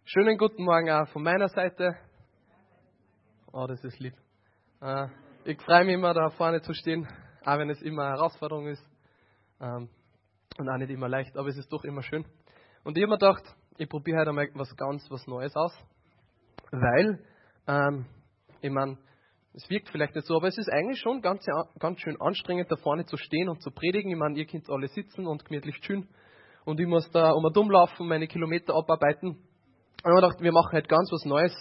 Schönen guten Morgen auch von meiner Seite. Oh, das ist lieb. Ich freue mich immer, da vorne zu stehen, auch wenn es immer eine Herausforderung ist und auch nicht immer leicht, aber es ist doch immer schön. Und ich habe mir gedacht, ich probiere heute einmal was Neues aus, weil, ich meine, es wirkt vielleicht nicht so, aber es ist eigentlich schon ganz schön anstrengend, da vorne zu stehen und zu predigen. Ich meine, ihr könnt alle sitzen und gemütlich chillen und ich muss da um und um laufen, meine Kilometer abarbeiten. Und ich habe mir gedacht, wir machen heute ganz was Neues.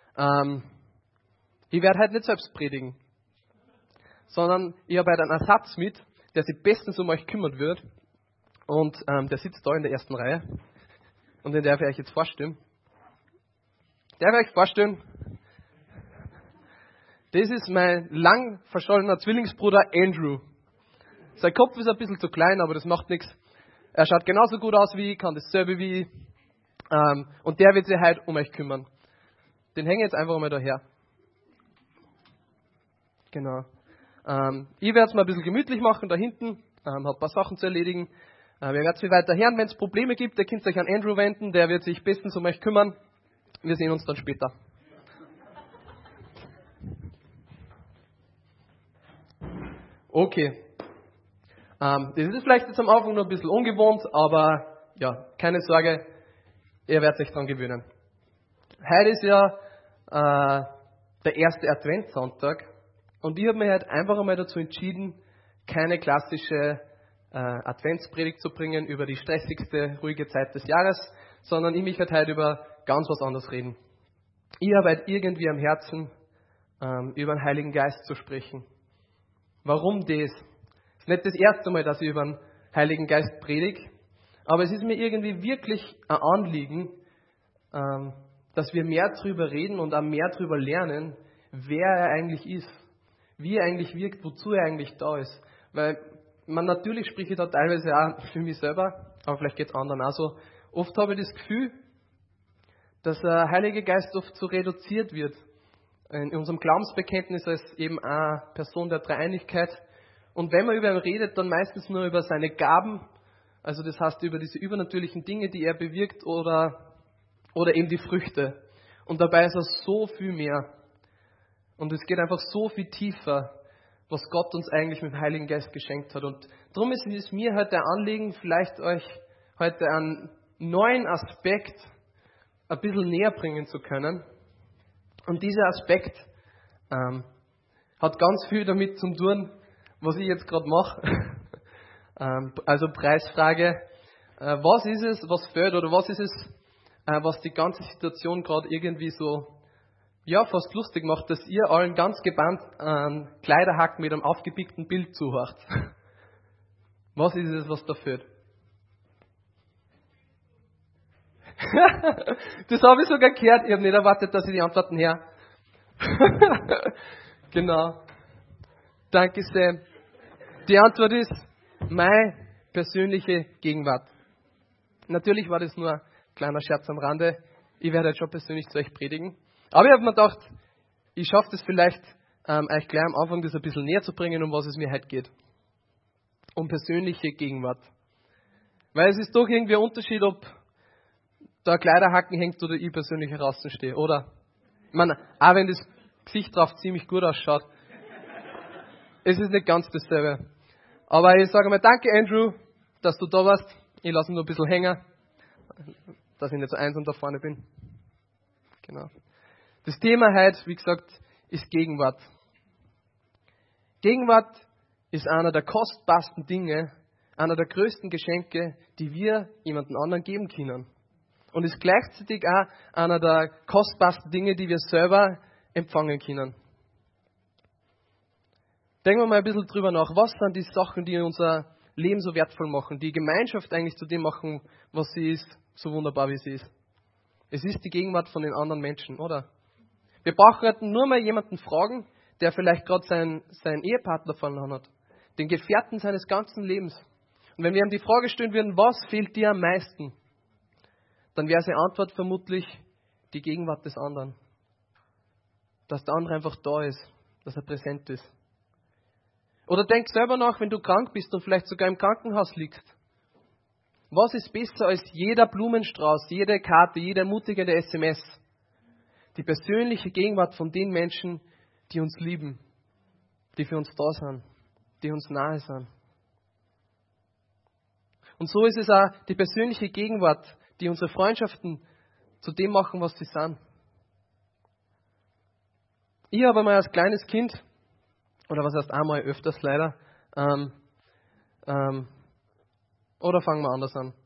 Ich werde heute nicht selbst predigen, sondern ich habe heute einen Ersatz mit, der sich bestens um euch kümmern wird. Und der sitzt da in der ersten Reihe. Und den darf ich euch jetzt vorstellen. Das ist mein lang verschollener Zwillingsbruder Andrew. Sein Kopf ist ein bisschen zu klein, aber das macht nichts. Er schaut genauso gut aus wie ich, kann dasselbe wie ich. Und der wird sich heute um euch kümmern. Den hänge ich jetzt einfach mal daher. Genau. Ich werde es mal ein bisschen gemütlich machen da hinten. Habe ein paar Sachen zu erledigen. Wir werden es weiter hören. Wenn es Probleme gibt, ihr könnt euch an Andrew wenden. Der wird sich bestens um euch kümmern. Wir sehen uns dann später. Okay. Das ist vielleicht jetzt am Anfang noch ein bisschen ungewohnt, aber ja, keine Sorge, ihr werdet euch dran gewöhnen. Heute ist ja der erste Adventssonntag und ich habe mich heute einfach einmal dazu entschieden, keine klassische Adventspredigt zu bringen über die stressigste, ruhige Zeit des Jahres, sondern ich möchte heute über ganz was anderes reden. Ich habe heute irgendwie am Herzen, über den Heiligen Geist zu sprechen. Warum das? Es ist nicht das erste Mal, dass ich über den Heiligen Geist predige, aber es ist mir irgendwie wirklich ein Anliegen, dass wir mehr darüber reden und auch mehr darüber lernen, wer er eigentlich ist, wie er eigentlich wirkt, wozu er eigentlich da ist. Weil natürlich spreche ich da teilweise auch für mich selber, aber vielleicht geht es anderen auch so. Oft habe ich das Gefühl, dass der Heilige Geist oft so reduziert wird. In unserem Glaubensbekenntnis als eben eine Person der Dreieinigkeit. Und wenn man über ihn redet, dann meistens nur über seine Gaben, also das heißt über diese übernatürlichen Dinge, die er bewirkt oder eben die Früchte. Und dabei ist er so viel mehr. Und es geht einfach so viel tiefer, was Gott uns eigentlich mit dem Heiligen Geist geschenkt hat. Und darum ist es mir heute ein Anliegen, vielleicht euch heute einen neuen Aspekt ein bisschen näher bringen zu können. Und dieser Aspekt hat ganz viel damit zu tun, was ich jetzt gerade mache. Also Preisfrage, was ist es, was fehlt oder was ist es, was die ganze Situation gerade irgendwie so, ja, fast lustig macht, dass ihr allen ganz gebannt Kleiderhaken mit einem aufgepickten Bild zuhört. Was ist es, was da fehlt? Das habe ich sogar gehört, ich habe nicht erwartet, dass ich die Antworten her. Genau. Danke sehr. Die Antwort ist meine persönliche Gegenwart. Natürlich war das nur ein kleiner Scherz am Rande. Ich werde jetzt schon persönlich zu euch predigen. Aber ich habe mir gedacht, ich schaffe das vielleicht, euch gleich am Anfang das ein bisschen näher zu bringen, um was es mir heute geht. Um persönliche Gegenwart. Weil es ist doch irgendwie ein Unterschied, ob da ein Kleiderhaken hängt oder ich persönlich draußen stehe, oder? Ich meine, auch wenn das Gesicht drauf ziemlich gut ausschaut, es ist nicht ganz dasselbe. Aber ich sage mal, danke Andrew, dass du da warst. Ich lasse ihn nur ein bisschen hängen, dass ich nicht so einsam da vorne bin. Genau. Das Thema heute, wie gesagt, ist Gegenwart. Gegenwart ist einer der kostbarsten Dinge, einer der größten Geschenke, die wir jemandem anderen geben können. Und ist gleichzeitig auch einer der kostbarsten Dinge, die wir selber empfangen können. Denken wir mal ein bisschen drüber nach. Was sind die Sachen, die unser Leben so wertvoll machen, die Gemeinschaft eigentlich zu dem machen, was sie ist, so wunderbar wie sie ist? Es ist die Gegenwart von den anderen Menschen, oder? Wir brauchen nur mal jemanden fragen, der vielleicht gerade seinen Ehepartner verloren hat, den Gefährten seines ganzen Lebens. Und wenn wir ihm die Frage stellen würden, was fehlt dir am meisten? Dann wäre seine Antwort vermutlich die Gegenwart des anderen. Dass der andere einfach da ist, dass er präsent ist. Oder denk selber nach, wenn du krank bist und vielleicht sogar im Krankenhaus liegst. Was ist besser als jeder Blumenstrauß, jede Karte, jede ermutigende SMS? Die persönliche Gegenwart von den Menschen, die uns lieben, die für uns da sind, die uns nahe sind. Und so ist es auch die persönliche Gegenwart, die unsere Freundschaften zu dem machen, was sie sind. Ich habe einmal als kleines Kind, oder was heißt einmal, öfters leider, oder fangen wir anders an.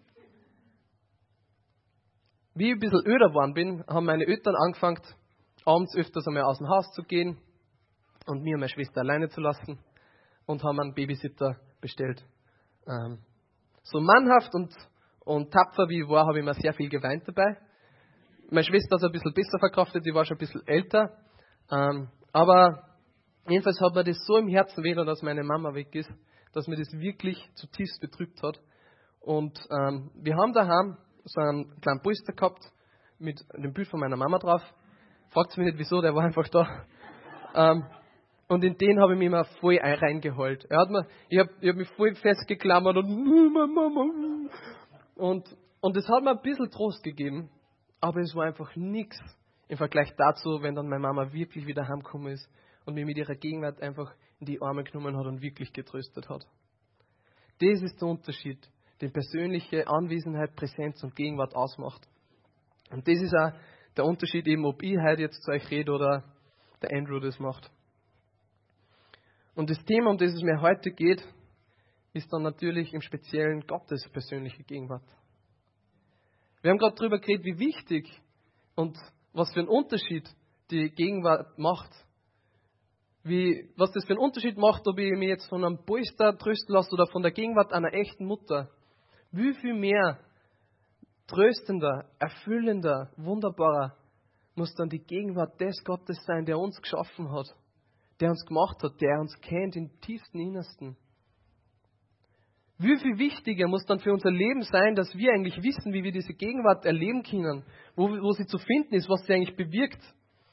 Wie ich ein bisschen öder geworden bin, haben meine Eltern angefangen, abends öfters einmal aus dem Haus zu gehen und mir und meine Schwester alleine zu lassen und haben einen Babysitter bestellt. So mannhaft und tapfer wie ich war, habe ich mir sehr viel geweint dabei. Meine Schwester hat es ein bisschen besser verkraftet, die war schon ein bisschen älter. Aber jedenfalls hat mir das so im Herzen weh, dass meine Mama weg ist, dass mir das wirklich zutiefst betrübt hat. Und wir haben daheim so einen kleinen Polster gehabt mit dem Bild von meiner Mama drauf. Fragt mich nicht wieso, der war einfach da. Und in den habe ich mich immer voll reingeheult. Ich hab mich voll festgeklammert und das hat mir ein bisschen Trost gegeben, aber es war einfach nichts im Vergleich dazu, wenn dann meine Mama wirklich wieder heimgekommen ist und mich mit ihrer Gegenwart einfach in die Arme genommen hat und wirklich getröstet hat. Das ist der Unterschied, den persönliche Anwesenheit, Präsenz und Gegenwart ausmacht. Und das ist auch der Unterschied eben, ob ich heute jetzt zu euch rede oder der Andrew das macht. Und das Thema, um das es mir heute geht, ist dann natürlich im Speziellen Gottes persönliche Gegenwart. Wir haben gerade darüber geredet, wie wichtig und was für einen Unterschied die Gegenwart macht. Was das für einen Unterschied macht, ob ich mich jetzt von einem Polster trösten lasse oder von der Gegenwart einer echten Mutter. Wie viel mehr tröstender, erfüllender, wunderbarer muss dann die Gegenwart des Gottes sein, der uns geschaffen hat, der uns gemacht hat, der uns kennt im tiefsten Innersten. Wie viel wichtiger muss dann für unser Leben sein, dass wir eigentlich wissen, wie wir diese Gegenwart erleben können, wo sie zu finden ist, was sie eigentlich bewirkt,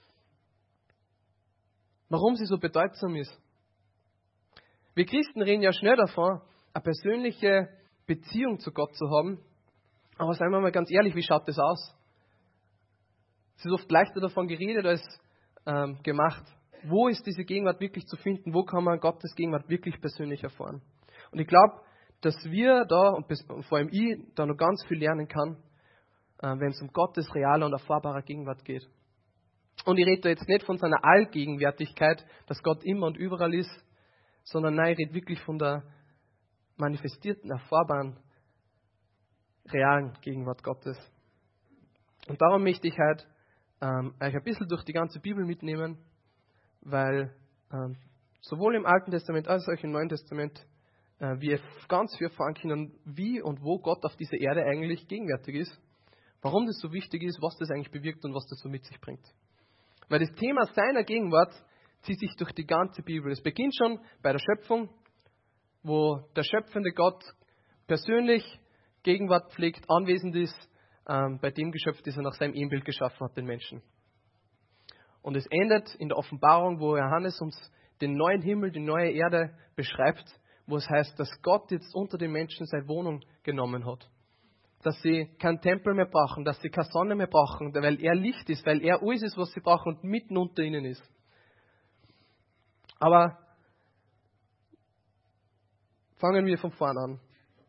warum sie so bedeutsam ist. Wir Christen reden ja schnell davon, eine persönliche Beziehung zu Gott zu haben, aber seien wir mal ganz ehrlich, wie schaut das aus? Es ist oft leichter davon geredet als gemacht. Wo ist diese Gegenwart wirklich zu finden? Wo kann man Gottes Gegenwart wirklich persönlich erfahren? Und ich glaube, dass wir da, und vor allem ich, da noch ganz viel lernen kann, wenn es um Gottes reale und erfahrbare Gegenwart geht. Und ich rede da jetzt nicht von seiner Allgegenwärtigkeit, dass Gott immer und überall ist, sondern nein, ich rede wirklich von der manifestierten, erfahrbaren, realen Gegenwart Gottes. Und darum möchte ich heute euch ein bisschen durch die ganze Bibel mitnehmen, weil sowohl im Alten Testament als auch im Neuen Testament wir ganz viel erfahren können, wie und wo Gott auf dieser Erde eigentlich gegenwärtig ist, warum das so wichtig ist, was das eigentlich bewirkt und was das so mit sich bringt. Weil das Thema seiner Gegenwart zieht sich durch die ganze Bibel. Es beginnt schon bei der Schöpfung, wo der schöpfende Gott persönlich Gegenwart pflegt, anwesend ist, bei dem Geschöpf, das er nach seinem Ebenbild geschaffen hat, den Menschen. Und es endet in der Offenbarung, wo Johannes uns den neuen Himmel, die neue Erde beschreibt, wo es heißt, dass Gott jetzt unter den Menschen seine Wohnung genommen hat. Dass sie keinen Tempel mehr brauchen, dass sie keine Sonne mehr brauchen, weil er Licht ist, weil er alles ist, was sie brauchen und mitten unter ihnen ist. Aber fangen wir von vorn an.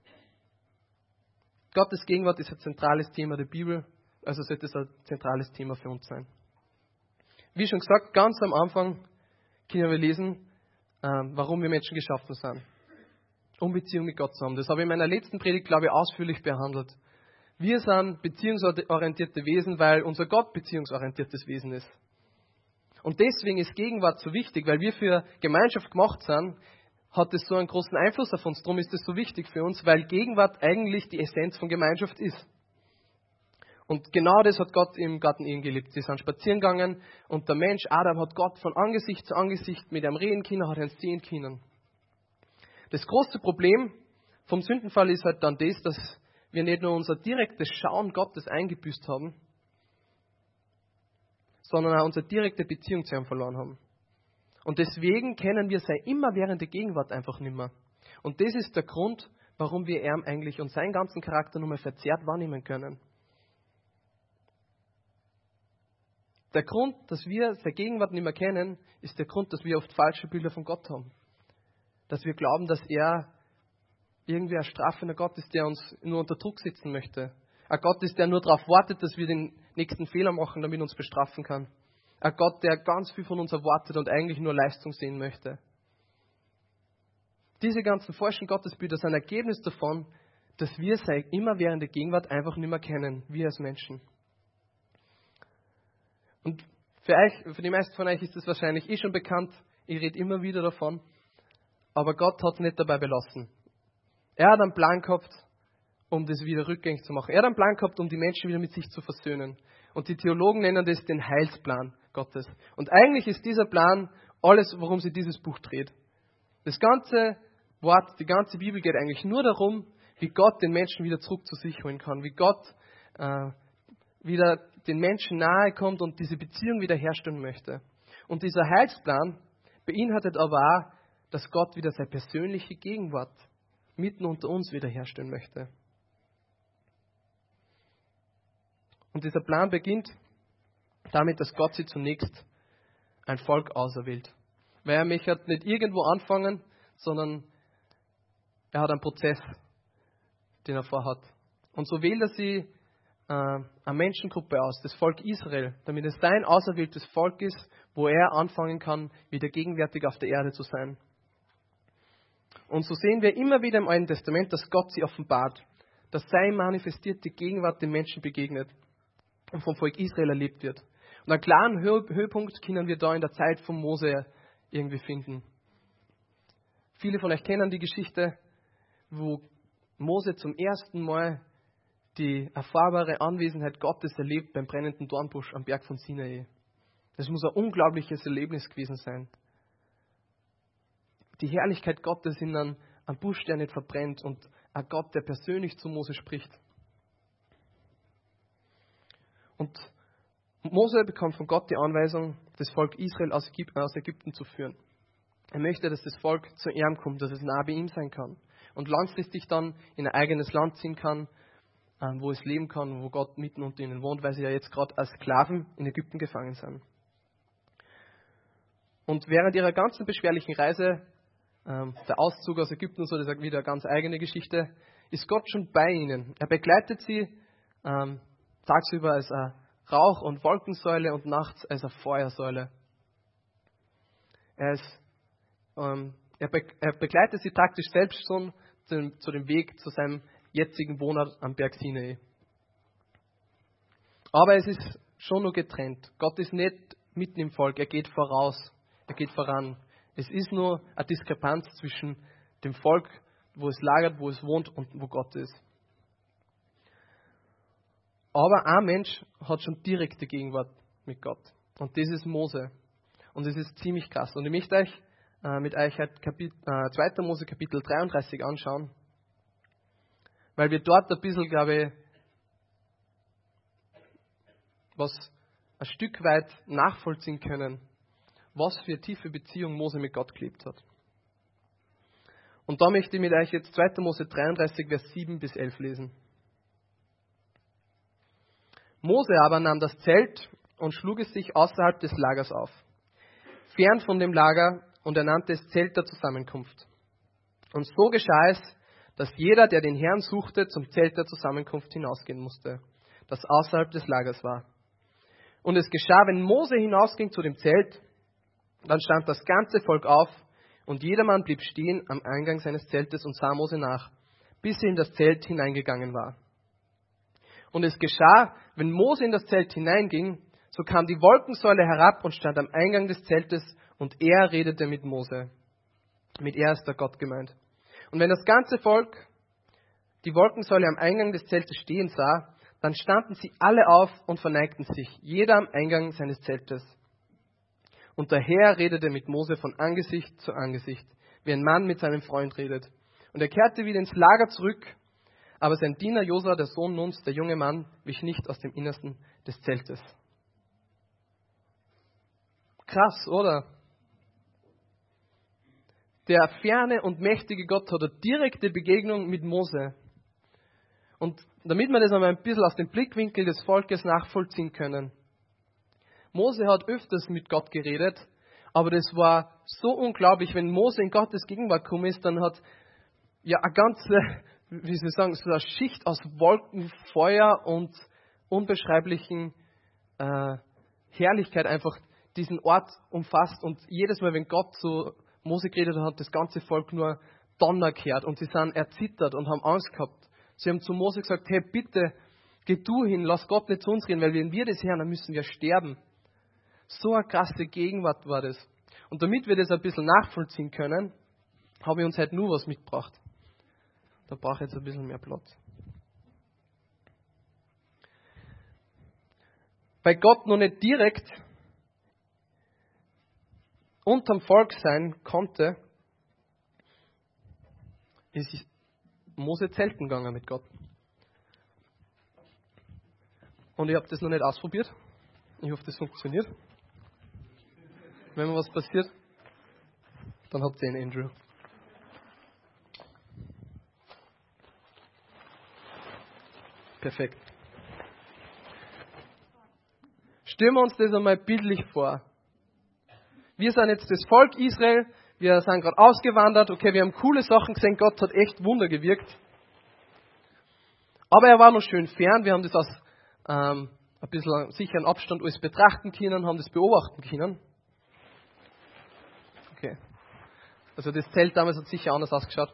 Gottes Gegenwart ist ein zentrales Thema der Bibel, also sollte es ein zentrales Thema für uns sein. Wie schon gesagt, ganz am Anfang können wir lesen, warum wir Menschen geschaffen sind. Um Beziehung mit Gott zu haben. Das habe ich in meiner letzten Predigt, glaube ich, ausführlich behandelt. Wir sind beziehungsorientierte Wesen, weil unser Gott beziehungsorientiertes Wesen ist. Und deswegen ist Gegenwart so wichtig, weil wir für Gemeinschaft gemacht sind, hat es so einen großen Einfluss auf uns. Darum ist es so wichtig für uns, weil Gegenwart eigentlich die Essenz von Gemeinschaft ist. Und genau das hat Gott im Garten Eden gelebt. Sie sind spazieren gegangen und der Mensch Adam hat Gott von Angesicht zu Angesicht mit ihm reden können, hat ihn sehen können. Das große Problem vom Sündenfall ist halt dann das, dass wir nicht nur unser direktes Schauen Gottes eingebüßt haben, sondern auch unsere direkte Beziehung zu ihm verloren haben. Und deswegen kennen wir seine immerwährende Gegenwart einfach nicht mehr. Und das ist der Grund, warum wir ihn eigentlich und seinen ganzen Charakter nur mal verzerrt wahrnehmen können. Der Grund, dass wir seine Gegenwart nicht mehr kennen, ist der Grund, dass wir oft falsche Bilder von Gott haben. Dass wir glauben, dass er irgendwie ein strafender Gott ist, der uns nur unter Druck setzen möchte. Ein Gott ist, der nur darauf wartet, dass wir den nächsten Fehler machen, damit er uns bestrafen kann. Ein Gott, der ganz viel von uns erwartet und eigentlich nur Leistung sehen möchte. Diese ganzen falschen Gottesbilder sind ein Ergebnis davon, dass wir seine immerwährende Gegenwart einfach nicht mehr kennen, wir als Menschen. Und für die meisten von euch ist das wahrscheinlich schon bekannt. Ich rede immer wieder davon. Aber Gott hat es nicht dabei belassen. Er hat einen Plan gehabt, um das wieder rückgängig zu machen. Er hat einen Plan gehabt, um die Menschen wieder mit sich zu versöhnen. Und die Theologen nennen das den Heilsplan Gottes. Und eigentlich ist dieser Plan alles, worum sich dieses Buch dreht. Das ganze Wort, die ganze Bibel geht eigentlich nur darum, wie Gott den Menschen wieder zurück zu sich holen kann. Wie Gott wieder den Menschen nahe kommt und diese Beziehung wiederherstellen möchte. Und dieser Heilsplan beinhaltet aber auch, dass Gott wieder seine persönliche Gegenwart mitten unter uns wiederherstellen möchte. Und dieser Plan beginnt damit, dass Gott sie zunächst ein Volk auserwählt. Weil er möchte nicht irgendwo anfangen, sondern er hat einen Prozess, den er vorhat. Und so wählt er sie eine Menschengruppe aus, das Volk Israel, damit es sein auserwähltes Volk ist, wo er anfangen kann, wieder gegenwärtig auf der Erde zu sein. Und so sehen wir immer wieder im Alten Testament, dass Gott sie offenbart, dass seine manifestierte Gegenwart den Menschen begegnet und vom Volk Israel erlebt wird. Und einen klaren Höhepunkt können wir da in der Zeit von Mose irgendwie finden. Viele von euch kennen die Geschichte, wo Mose zum ersten Mal die erfahrbare Anwesenheit Gottes erlebt beim brennenden Dornbusch am Berg von Sinai. Das muss ein unglaubliches Erlebnis gewesen sein. Die Herrlichkeit Gottes in einem Busch, der nicht verbrennt, und ein Gott, der persönlich zu Mose spricht. Und Mose bekommt von Gott die Anweisung, das Volk Israel aus Ägypten zu führen. Er möchte, dass das Volk zu ihm kommt, dass es nah bei ihm sein kann und langfristig dann in ein eigenes Land ziehen kann, wo es leben kann, wo Gott mitten unter ihnen wohnt, weil sie ja jetzt gerade als Sklaven in Ägypten gefangen sind. Und während ihrer ganzen beschwerlichen Reise, der Auszug aus Ägypten, so, das ist wieder eine ganz eigene Geschichte, ist Gott schon bei ihnen. Er begleitet sie tagsüber als eine Rauch- und Wolkensäule und nachts als eine Feuersäule. Er begleitet sie praktisch selbst schon zu dem Weg zu seinem jetzigen Wohnort am Berg Sinai. Aber es ist schon nur getrennt. Gott ist nicht mitten im Volk, er geht voraus, er geht voran. Es ist nur eine Diskrepanz zwischen dem Volk, wo es lagert, wo es wohnt und wo Gott ist. Aber ein Mensch hat schon direkte Gegenwart mit Gott. Und das ist Mose. Und das ist ziemlich krass. Und ich möchte euch mit euch halt 2. Mose Kapitel 33 anschauen, weil wir dort ein bisschen, glaube ich, was ein Stück weit nachvollziehen können, was für eine tiefe Beziehung Mose mit Gott gelebt hat. Und da möchte ich mit euch jetzt 2. Mose 33, Vers 7 bis 11 lesen. Mose aber nahm das Zelt und schlug es sich außerhalb des Lagers auf, fern von dem Lager, und er nannte es Zelt der Zusammenkunft. Und so geschah es, dass jeder, der den Herrn suchte, zum Zelt der Zusammenkunft hinausgehen musste, das außerhalb des Lagers war. Und es geschah, wenn Mose hinausging zu dem Zelt, dann stand das ganze Volk auf, und jedermann blieb stehen am Eingang seines Zeltes und sah Mose nach, bis er in das Zelt hineingegangen war. Und es geschah, wenn Mose in das Zelt hineinging, so kam die Wolkensäule herab und stand am Eingang des Zeltes, und er redete mit Mose. Mit er ist der Gott gemeint. Und wenn das ganze Volk die Wolkensäule am Eingang des Zeltes stehen sah, dann standen sie alle auf und verneigten sich, jeder am Eingang seines Zeltes. Und der Herr redete mit Mose von Angesicht zu Angesicht, wie ein Mann mit seinem Freund redet. Und er kehrte wieder ins Lager zurück, aber sein Diener Josua, der Sohn Nuns, der junge Mann, wich nicht aus dem Innersten des Zeltes. Krass, oder? der ferne und mächtige Gott hat eine direkte Begegnung mit Mose. Und damit wir das einmal ein bisschen aus dem Blickwinkel des Volkes nachvollziehen können. Mose hat öfters mit Gott geredet, aber das war so unglaublich, wenn Mose in Gottes Gegenwart gekommen ist, dann hat ja eine ganze, wie soll ich sagen, so eine Schicht aus Wolken, Feuer und unbeschreiblichen Herrlichkeit einfach diesen Ort umfasst. Und jedes Mal, wenn Gott zu Mose geredet hat, hat das ganze Volk nur Donner gehört und sie sind erzittert und haben Angst gehabt. Sie haben zu Mose gesagt, hey bitte, geh du hin, lass Gott nicht zu uns reden, weil wenn wir das hören, dann müssen wir sterben. So eine krasse Gegenwart war das. Und damit wir das ein bisschen nachvollziehen können, habe ich uns heute nur was mitgebracht. Da brauche ich jetzt ein bisschen mehr Platz. Weil Gott noch nicht direkt unterm Volk sein konnte, ist Mose zelten gegangen mit Gott. Und ich habe das noch nicht ausprobiert. Ich hoffe, das funktioniert. Wenn mir was passiert, dann habt ihr einen Andrew. Perfekt. Stellen wir uns das einmal bildlich vor. Wir sind jetzt das Volk Israel, wir sind gerade ausgewandert, okay, wir haben coole Sachen gesehen, Gott hat echt Wunder gewirkt. Aber er war noch schön fern, wir haben das aus ein bisschen sicheren Abstand alles betrachten können, haben das beobachten können. Okay. Also das Zelt damals hat sicher anders ausgeschaut.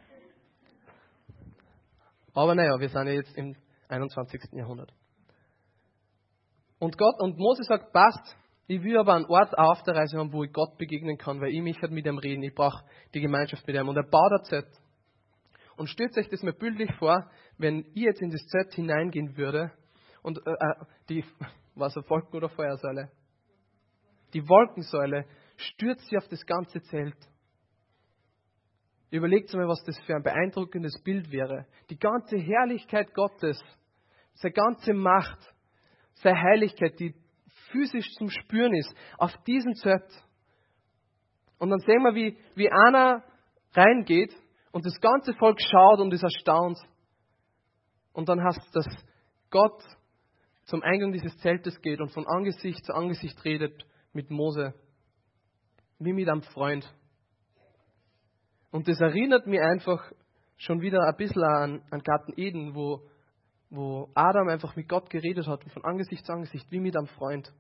Aber naja, wir sind ja jetzt im 21. Jahrhundert. Und Mose sagt, passt, ich will aber einen Ort auf der Reise haben, wo ich Gott begegnen kann, weil ich mich halt mit ihm reden, ich brauche die Gemeinschaft mit ihm. Und er baut ein Zelt. Und stellt euch das mal bildlich vor, wenn ich jetzt in das Zelt hineingehen würde und was eine Wolken- oder Feuersäule? Die Wolkensäule stürzt sich auf das ganze Zelt. Überlegt mal, was das für ein beeindruckendes Bild wäre. Die ganze Herrlichkeit Gottes, seine ganze Macht, seine Heiligkeit, die physisch zum Spüren ist, auf diesen Zelt. Und dann sehen wir, wie einer reingeht und das ganze Volk schaut und ist erstaunt. Und dann heißt es, dass Gott zum Eingang dieses Zeltes geht und von Angesicht zu Angesicht redet mit Mose, wie mit einem Freund. Und das erinnert mich einfach schon wieder ein bisschen an Garten Eden, wo Adam einfach mit Gott geredet hat, von Angesicht zu Angesicht, wie mit einem Freund.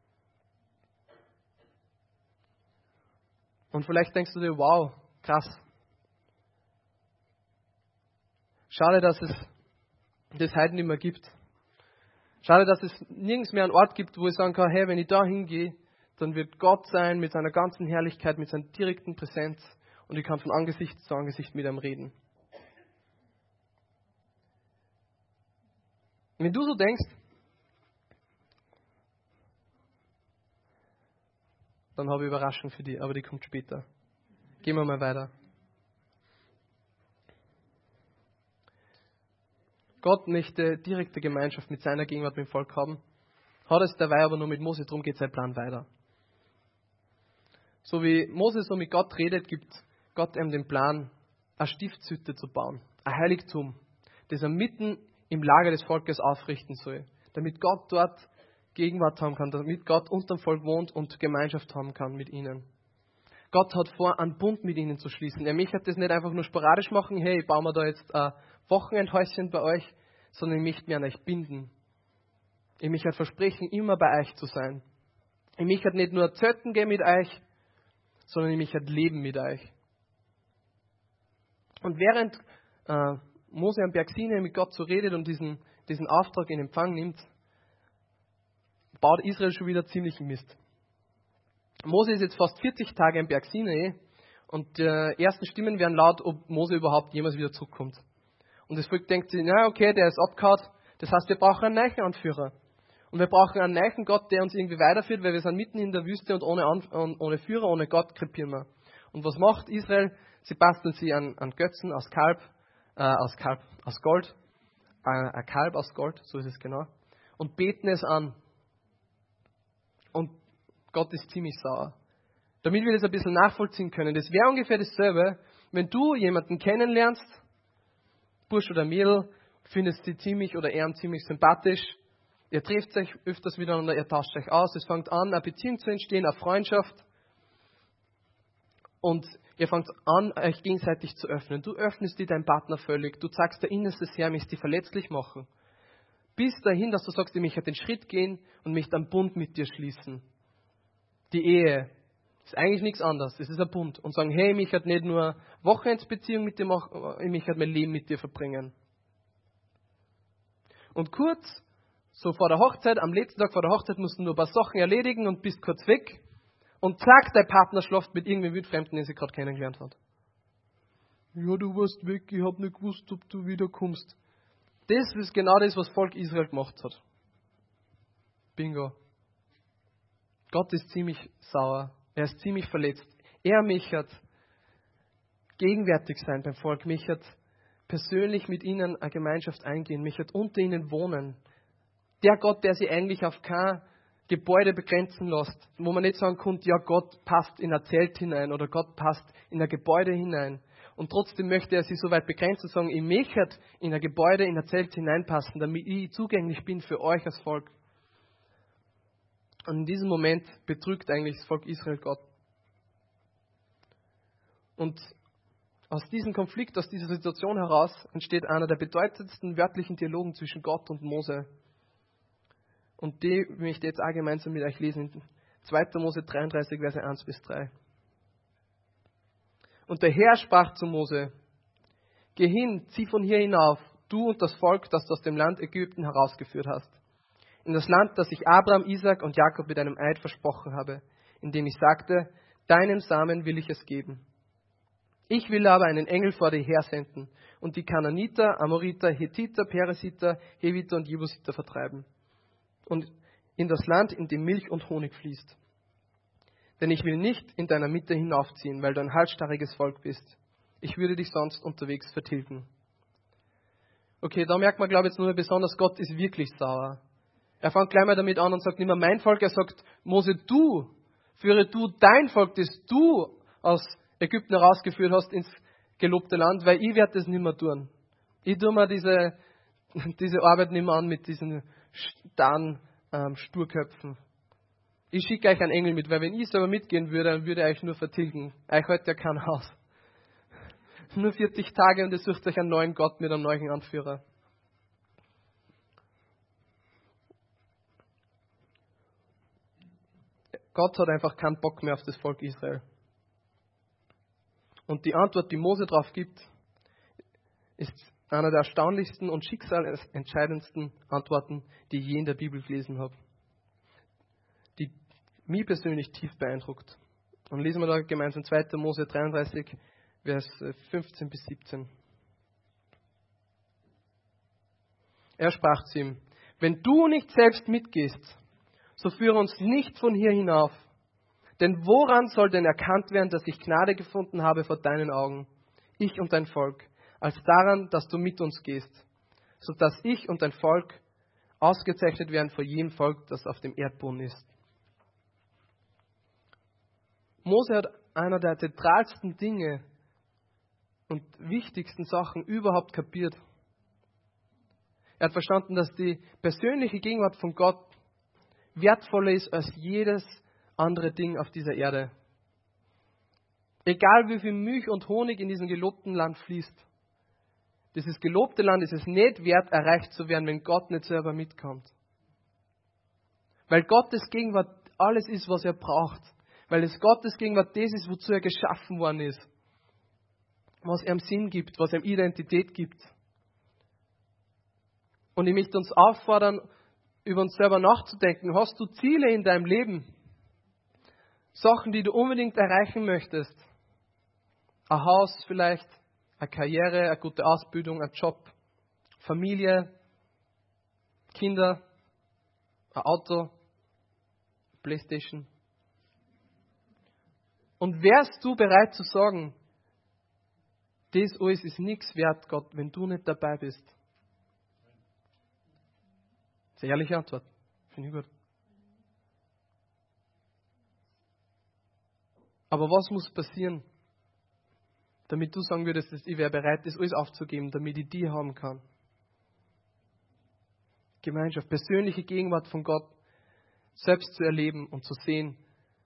Und vielleicht denkst du dir, wow, krass. Schade, dass es das heute nicht mehr gibt. Schade, dass es nirgends mehr einen Ort gibt, wo ich sagen kann, hey, wenn ich da hingehe, dann wird Gott sein mit seiner ganzen Herrlichkeit, mit seiner direkten Präsenz und ich kann von Angesicht zu Angesicht mit ihm reden. Wenn du so denkst, dann habe ich eine Überraschung für dich, aber die kommt später. Gehen wir mal weiter. Gott möchte direkte Gemeinschaft mit seiner Gegenwart mit dem Volk haben, hat es dabei aber nur mit Mose, darum geht sein Plan weiter. So wie Mose so mit Gott redet, gibt Gott ihm den Plan, eine Stiftshütte zu bauen, ein Heiligtum, das er mitten im Lager des Volkes aufrichten soll, damit Gott dort Gegenwart haben kann, damit Gott unter dem Volk wohnt und Gemeinschaft haben kann mit ihnen. Gott hat vor, einen Bund mit ihnen zu schließen. Er möchte das nicht einfach nur sporadisch machen, hey, bauen wir da jetzt ein Wochenendhäuschen bei euch, sondern ich möchte mich an euch binden. Ich möchte versprechen, immer bei euch zu sein. Ich möchte nicht nur zelten gehen mit euch, sondern ich möchte leben mit euch. Und während Mose am Berg Sinai mit Gott so redet und diesen Auftrag in Empfang nimmt, baut Israel schon wieder ziemlichen Mist. Mose ist jetzt fast 40 Tage am Berg Sinai und die ersten Stimmen werden laut, ob Mose überhaupt jemals wieder zurückkommt. Und das Volk denkt sich, na okay, der ist abgehauen, das heißt, wir brauchen einen neuen Anführer. Und wir brauchen einen neuen Gott, der uns irgendwie weiterführt, weil wir sind mitten in der Wüste und ohne Führer, ohne Gott krepieren wir. Und was macht Israel? Sie basteln sie an Götzen aus Gold, ein Kalb aus Gold, so ist es genau, und beten es an. Und Gott ist ziemlich sauer. damit wir das ein bisschen nachvollziehen können. Das wäre ungefähr dasselbe, wenn du jemanden kennenlernst, Bursch oder Mädel, findest sie ziemlich oder er ziemlich sympathisch, ihr trefft euch öfters miteinander, ihr tauscht euch aus, es fängt an, eine Beziehung zu entstehen, eine Freundschaft und ihr fangt an, euch gegenseitig zu öffnen. Du öffnest dir deinen Partner völlig, du zeigst dein Innerstes her, möchtest sie verletzlich machen. Bis dahin, dass du sagst, ich möchte den Schritt gehen und möchte einen Bund mit dir schließen. Die Ehe ist eigentlich nichts anderes. Es ist ein Bund. Und sagen, hey, ich möchte nicht nur Wochenendsbeziehung mit dir machen, ich möchte mein Leben mit dir verbringen. Und kurz, so vor der Hochzeit, am letzten Tag vor der Hochzeit musst du nur ein paar Sachen erledigen und bist kurz weg. Und zack, dein Partner schläft mit irgendeinem Wildfremden, den sie gerade kennengelernt hat. Ja, du warst weg, ich habe nicht gewusst, ob du wiederkommst. Das ist genau das, was Volk Israel gemacht hat. Bingo. Gott ist ziemlich sauer. Er ist ziemlich verletzt. Er möchte gegenwärtig sein beim Volk, möchte persönlich mit ihnen eine Gemeinschaft eingehen, möchte unter ihnen wohnen. Der Gott, der sie eigentlich auf kein Gebäude begrenzen lässt, wo man nicht sagen kann, ja, Gott passt in ein Zelt hinein oder Gott passt in ein Gebäude hinein. Und trotzdem möchte er sie so weit begrenzen und sagen, ich möchte in ein Gebäude, in ein Zelt hineinpassen, damit ich zugänglich bin für euch als Volk. Und in diesem Moment betrügt eigentlich das Volk Israel Gott. Und aus diesem Konflikt, aus dieser Situation heraus entsteht einer der bedeutendsten wörtlichen Dialogen zwischen Gott und Mose. Und die möchte ich jetzt auch gemeinsam mit euch lesen. 2. Mose 33, Verse 1 bis 3. Und der Herr sprach zu Mose, geh hin, zieh von hier hinauf, du und das Volk, das du aus dem Land Ägypten herausgeführt hast, in das Land, das ich Abraham, Isaac und Jakob mit einem Eid versprochen habe, indem ich sagte, deinem Samen will ich es geben. Ich will aber einen Engel vor dir hersenden und die Kananiter, Amoriter, Hethiter, Peresiter, Heviter und Jebusiter vertreiben und in das Land, in dem Milch und Honig fließt. Denn ich will nicht in deiner Mitte hinaufziehen, weil du ein halsstarriges Volk bist. Ich würde dich sonst unterwegs vertilgen. Okay, da merkt man, glaube ich, jetzt nur besonders, Gott ist wirklich sauer. Er fängt gleich mal damit an und sagt nicht mehr mein Volk, er sagt, Mose, führe du dein Volk, das du aus Ägypten herausgeführt hast, ins gelobte Land, weil ich werde das nicht mehr tun. Ich tue mir diese Arbeit nicht mehr an mit diesen starren Sturköpfen. Ich schicke euch einen Engel mit, weil wenn ich selber mitgehen würde, dann würde er euch nur vertilgen. Euch hält ja kein Haus. Nur 40 Tage und ihr sucht euch einen neuen Gott mit einem neuen Anführer. Gott hat einfach keinen Bock mehr auf das Volk Israel. Und die Antwort, die Mose darauf gibt, ist einer der erstaunlichsten und schicksalentscheidendsten Antworten, die ich je in der Bibel gelesen habe. Die mich persönlich tief beeindruckt. Und lesen wir da gemeinsam 2. Mose 33, Vers 15 bis 17. Er sprach zu ihm, wenn du nicht selbst mitgehst, so führe uns nicht von hier hinauf. Denn woran soll denn erkannt werden, dass ich Gnade gefunden habe vor deinen Augen, ich und dein Volk, als daran, dass du mit uns gehst, sodass ich und dein Volk ausgezeichnet werden vor jedem Volk, das auf dem Erdboden ist. Mose hat einer der zentralsten Dinge und wichtigsten Sachen überhaupt kapiert. Er hat verstanden, dass die persönliche Gegenwart von Gott wertvoller ist als jedes andere Ding auf dieser Erde. Egal wie viel Milch und Honig in diesem gelobten Land fließt, dieses gelobte Land ist es nicht wert, erreicht zu werden, wenn Gott nicht selber mitkommt. Weil Gottes Gegenwart alles ist, was er braucht. Weil es Gottes Gegenwart das ist, wozu er geschaffen worden ist. Was ihm Sinn gibt, was ihm Identität gibt. Und ich möchte uns auffordern, über uns selber nachzudenken. Hast du Ziele in deinem Leben? Sachen, die du unbedingt erreichen möchtest? Ein Haus vielleicht, eine Karriere, eine gute Ausbildung, ein Job, Familie, Kinder, ein Auto, Playstation. Und wärst du bereit zu sagen, das alles ist nichts wert, Gott, wenn du nicht dabei bist? Das ist eine ehrliche Antwort. Finde ich gut. Aber was muss passieren, damit du sagen würdest, dass ich wäre bereit, das alles aufzugeben, damit ich die haben kann? Gemeinschaft, persönliche Gegenwart von Gott selbst zu erleben und zu sehen,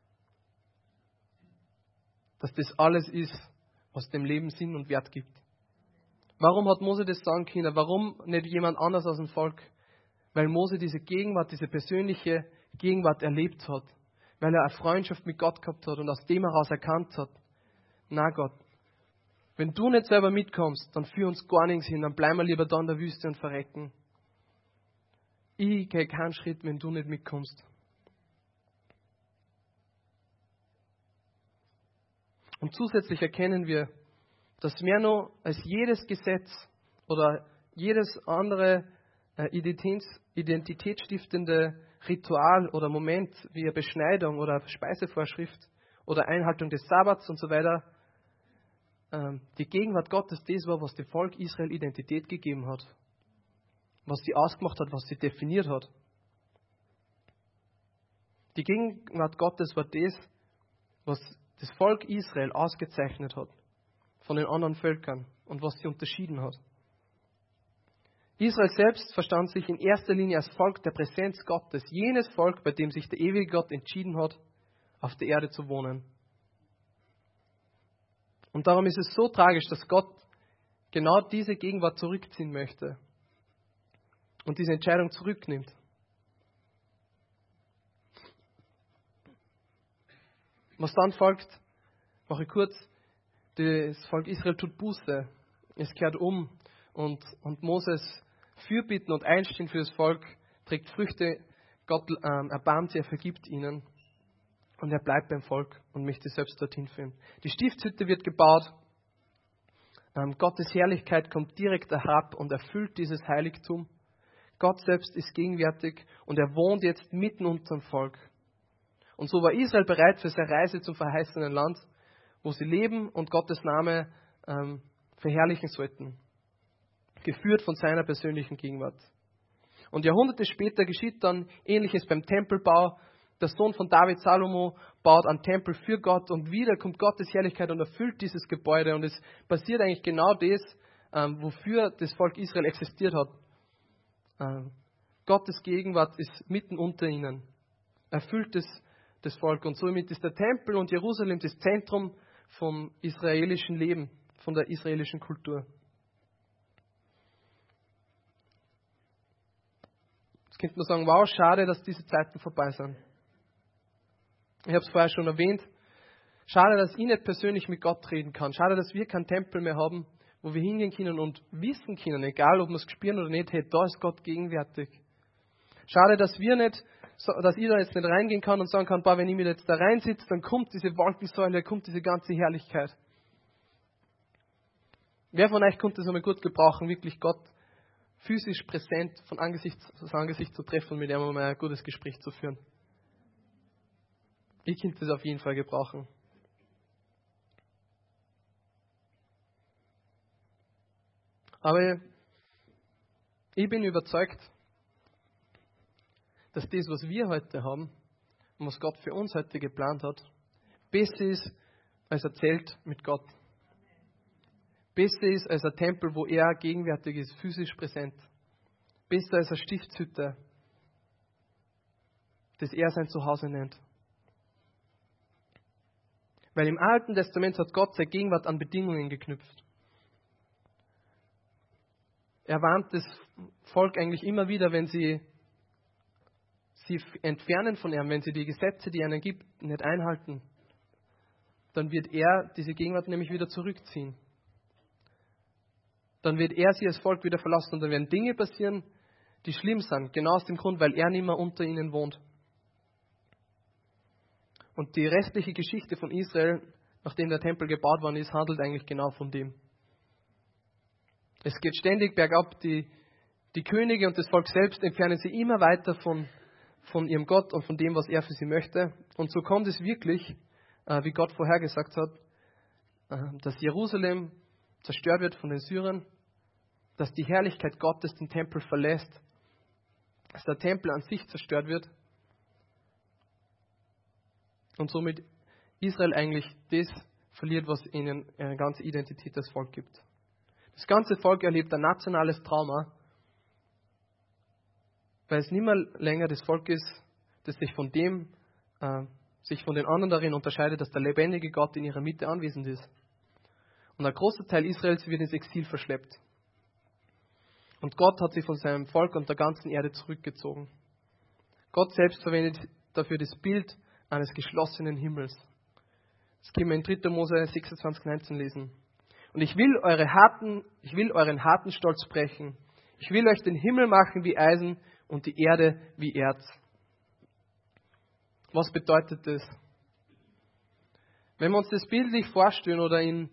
dass das alles ist, was dem Leben Sinn und Wert gibt. Warum hat Mose das sagen können? Warum nicht jemand anders aus dem Volk? Weil Mose diese Gegenwart, diese persönliche Gegenwart erlebt hat. Weil er eine Freundschaft mit Gott gehabt hat und aus dem heraus erkannt hat, na Gott, wenn du nicht selber mitkommst, dann führ uns gar nichts hin, dann bleiben wir lieber da in der Wüste und verrecken. Ich gehe keinen Schritt, wenn du nicht mitkommst. Und zusätzlich erkennen wir, dass mehr noch als jedes Gesetz oder jedes andere identitätsstiftende Ritual oder Moment wie eine Beschneidung oder Speisevorschrift oder Einhaltung des Sabbats und so weiter, die Gegenwart Gottes das war, was dem Volk Israel Identität gegeben hat. Was sie ausgemacht hat, was sie definiert hat. Die Gegenwart Gottes war das, was das Volk Israel ausgezeichnet hat von den anderen Völkern und was sie unterschieden hat. Israel selbst verstand sich in erster Linie als Volk der Präsenz Gottes, jenes Volk, bei dem sich der ewige Gott entschieden hat, auf der Erde zu wohnen. Und darum ist es so tragisch, dass Gott genau diese Gegenwart zurückziehen möchte und diese Entscheidung zurücknimmt. Was dann folgt, mache ich kurz, das Volk Israel tut Buße, es kehrt um und Moses Fürbitten und Einstehen für das Volk trägt Früchte, Gott erbarmt sie, er vergibt ihnen und er bleibt beim Volk und möchte selbst dorthin führen. Die Stiftshütte wird gebaut, Gottes Herrlichkeit kommt direkt herab und erfüllt dieses Heiligtum. Gott selbst ist gegenwärtig und er wohnt jetzt mitten unter dem Volk. Und so war Israel bereit für seine Reise zum verheißenen Land, wo sie leben und Gottes Name verherrlichen sollten. Geführt von seiner persönlichen Gegenwart. Und Jahrhunderte später geschieht dann Ähnliches beim Tempelbau. Der Sohn von David, Salomo, baut einen Tempel für Gott und wieder kommt Gottes Herrlichkeit und erfüllt dieses Gebäude. Und es passiert eigentlich genau das, wofür das Volk Israel existiert hat. Gottes Gegenwart ist mitten unter ihnen. Erfüllt das Volk. Und somit ist der Tempel und Jerusalem das Zentrum vom israelischen Leben, von der israelischen Kultur. Jetzt könnte man sagen, wow, schade, dass diese Zeiten vorbei sind. Ich habe es vorher schon erwähnt. Schade, dass ich nicht persönlich mit Gott reden kann. Schade, dass wir keinen Tempel mehr haben, wo wir hingehen können und wissen können, egal ob wir es gespürt oder nicht, hey, da ist Gott gegenwärtig. Schade, dass ich da jetzt nicht reingehen kann und sagen kann, wenn ich mir jetzt da reinsitze, dann kommt diese Wolkensäule, kommt diese ganze Herrlichkeit. Wer von euch konnte es einmal gut gebrauchen, wirklich Gott physisch präsent von Angesicht zu Angesicht zu treffen und mit ihm mal ein gutes Gespräch zu führen? Ich könnte das auf jeden Fall gebrauchen. Aber ich bin überzeugt, dass das, was wir heute haben und was Gott für uns heute geplant hat, besser ist als ein Zelt mit Gott. Besser ist als ein Tempel, wo er gegenwärtig ist, physisch präsent. Besser als eine Stiftshütte, das er sein Zuhause nennt. Weil im Alten Testament hat Gott seine Gegenwart an Bedingungen geknüpft. Er warnt das Volk eigentlich immer wieder, wenn sie entfernen von ihm, wenn sie die Gesetze, die er ihnen gibt, nicht einhalten, dann wird er diese Gegenwart nämlich wieder zurückziehen. Dann wird er sie als Volk wieder verlassen und dann werden Dinge passieren, die schlimm sind, genau aus dem Grund, weil er nicht mehr unter ihnen wohnt. Und die restliche Geschichte von Israel, nachdem der Tempel gebaut worden ist, handelt eigentlich genau von dem. Es geht ständig bergab, die Könige und das Volk selbst entfernen sich immer weiter von ihrem Gott und von dem, was er für sie möchte. Und so kommt es wirklich, wie Gott vorhergesagt hat, dass Jerusalem zerstört wird von den Syrern, dass die Herrlichkeit Gottes den Tempel verlässt, dass der Tempel an sich zerstört wird und somit Israel eigentlich das verliert, was ihnen eine ganze Identität als Volk gibt. Das ganze Volk erlebt ein nationales Trauma, weil es nicht mehr länger das Volk ist, das sich von den anderen darin unterscheidet, dass der lebendige Gott in ihrer Mitte anwesend ist. Und ein großer Teil Israels wird ins Exil verschleppt. Und Gott hat sich von seinem Volk und der ganzen Erde zurückgezogen. Gott selbst verwendet dafür das Bild eines geschlossenen Himmels. Das können wir in 3. Mose 26,19 lesen. Und ich will euren harten Stolz brechen. Ich will euch den Himmel machen wie Eisen und die Erde wie Erz. Was bedeutet das? Wenn wir uns das bildlich vorstellen oder in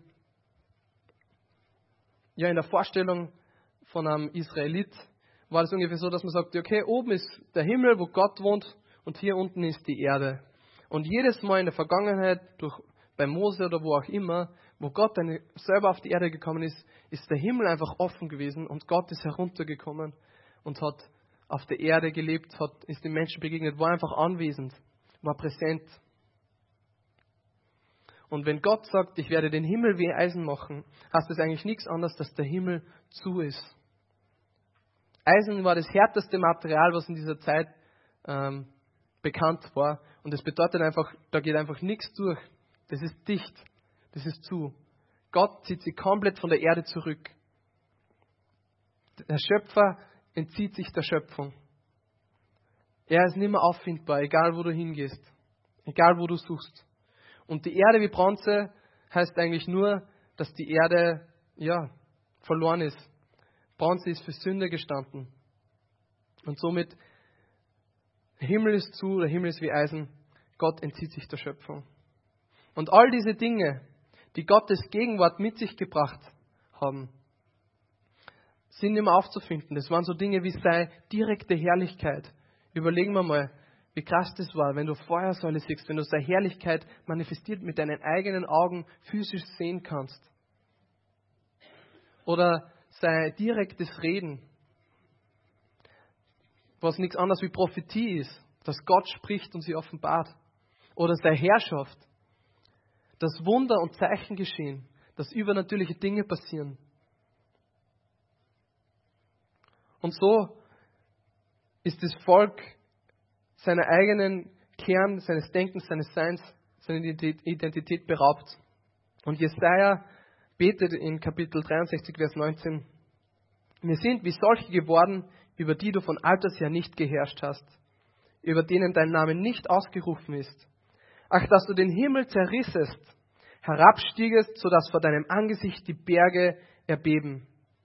der Vorstellung von einem Israelit, war das ungefähr so, dass man sagt, okay, oben ist der Himmel, wo Gott wohnt, und hier unten ist die Erde. Und jedes Mal in der Vergangenheit, bei Mose oder wo auch immer, wo Gott selber auf die Erde gekommen ist, ist der Himmel einfach offen gewesen und Gott ist heruntergekommen und hat auf der Erde gelebt, ist den Menschen begegnet, war einfach anwesend, war präsent. Und wenn Gott sagt, ich werde den Himmel wie Eisen machen, heißt das eigentlich nichts anderes, dass der Himmel zu ist. Eisen war das härteste Material, was in dieser Zeit bekannt war. Und das bedeutet einfach, da geht einfach nichts durch. Das ist dicht. Das ist zu. Gott zieht sich komplett von der Erde zurück. Der Schöpfer entzieht sich der Schöpfung. Er ist nicht mehr auffindbar, egal wo du hingehst. Egal wo du suchst. Und die Erde wie Bronze heißt eigentlich nur, dass die Erde, verloren ist. Bronze ist für Sünde gestanden. Und somit, der Himmel ist zu, der Himmel ist wie Eisen. Gott entzieht sich der Schöpfung. Und all diese Dinge, die Gottes Gegenwart mit sich gebracht haben, sind nicht mehr aufzufinden. Das waren so Dinge wie seine direkte Herrlichkeit. Überlegen wir mal, wie krass das war, wenn du Feuersäule siehst, wenn du seine Herrlichkeit manifestiert mit deinen eigenen Augen physisch sehen kannst. Oder sein direktes Reden, was nichts anderes wie Prophetie ist, dass Gott spricht und sie offenbart. Oder seine Herrschaft, dass Wunder und Zeichen geschehen, dass übernatürliche Dinge passieren. Und so ist das Volk seiner eigenen Kern, seines Denkens, seines Seins, seiner Identität beraubt. Und Jesaja betet in Kapitel 63, Vers 19, wir sind wie solche geworden, über die du von Alters her nicht geherrscht hast, über denen dein Name nicht ausgerufen ist. Ach, dass du den Himmel zerrissest, herabstiegest, sodass vor deinem Angesicht die Berge erbeben.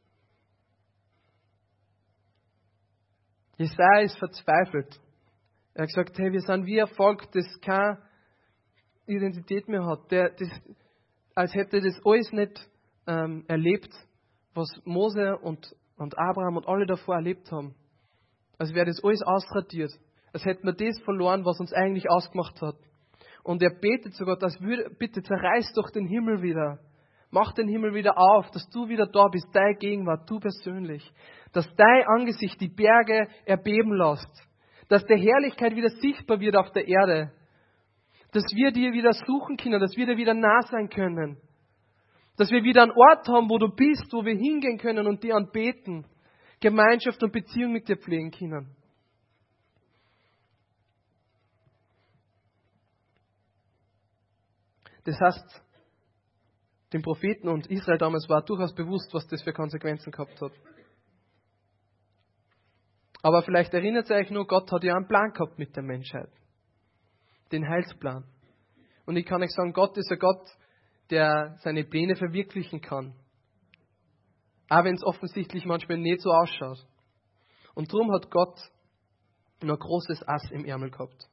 Jesaja ist verzweifelt. Er hat gesagt, hey, wir sind wie ein Volk, das keine Identität mehr hat. Als hätte das alles nicht erlebt, was Mose und Abraham und alle davor erlebt haben. Als wäre das alles ausradiert. Als hätten wir das verloren, was uns eigentlich ausgemacht hat. Und er betet sogar, bitte zerreiß doch den Himmel wieder. Mach den Himmel wieder auf, dass du wieder da bist, deine Gegenwart, du persönlich. Dass dein Angesicht die Berge erbeben lässt. Dass der Herrlichkeit wieder sichtbar wird auf der Erde. Dass wir dir wieder suchen können, dass wir dir wieder nah sein können. Dass wir wieder einen Ort haben, wo du bist, wo wir hingehen können und dir anbeten. Gemeinschaft und Beziehung mit dir pflegen können. Das heißt, den Propheten und Israel damals war durchaus bewusst, was das für Konsequenzen gehabt hat. Aber vielleicht erinnert ihr euch nur, Gott hat ja einen Plan gehabt mit der Menschheit. Den Heilsplan. Und ich kann euch sagen, Gott ist ein Gott, der seine Pläne verwirklichen kann. Auch wenn es offensichtlich manchmal nicht so ausschaut. Und darum hat Gott noch ein großes Ass im Ärmel gehabt.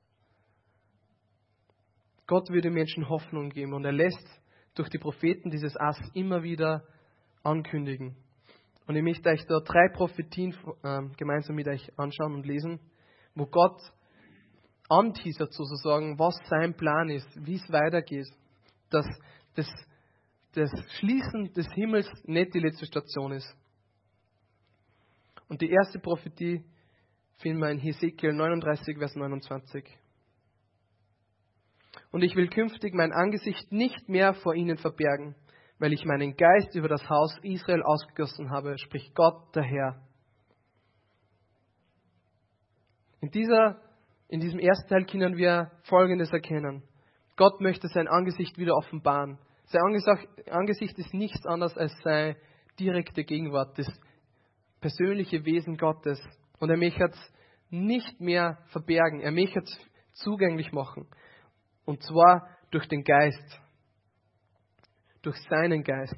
Gott will den Menschen Hoffnung geben und er lässt durch die Propheten dieses Ass immer wieder ankündigen. Und ich möchte euch da 3 Prophetien gemeinsam mit euch anschauen und lesen, wo Gott anteasert sozusagen, was sein Plan ist, wie es weitergeht. Dass das Schließen des Himmels nicht die letzte Station ist. Und die erste Prophetie finden wir in Hesekiel 39, Vers 29. Und ich will künftig mein Angesicht nicht mehr vor ihnen verbergen, weil ich meinen Geist über das Haus Israel ausgegossen habe, spricht Gott der Herr. In diesem ersten Teil können wir Folgendes erkennen. Gott möchte sein Angesicht wieder offenbaren. Sein Angesicht ist nichts anderes als seine direkte Gegenwart, das persönliche Wesen Gottes. Und er möchte es nicht mehr verbergen, er möchte es zugänglich machen. Und zwar durch den Geist, durch seinen Geist,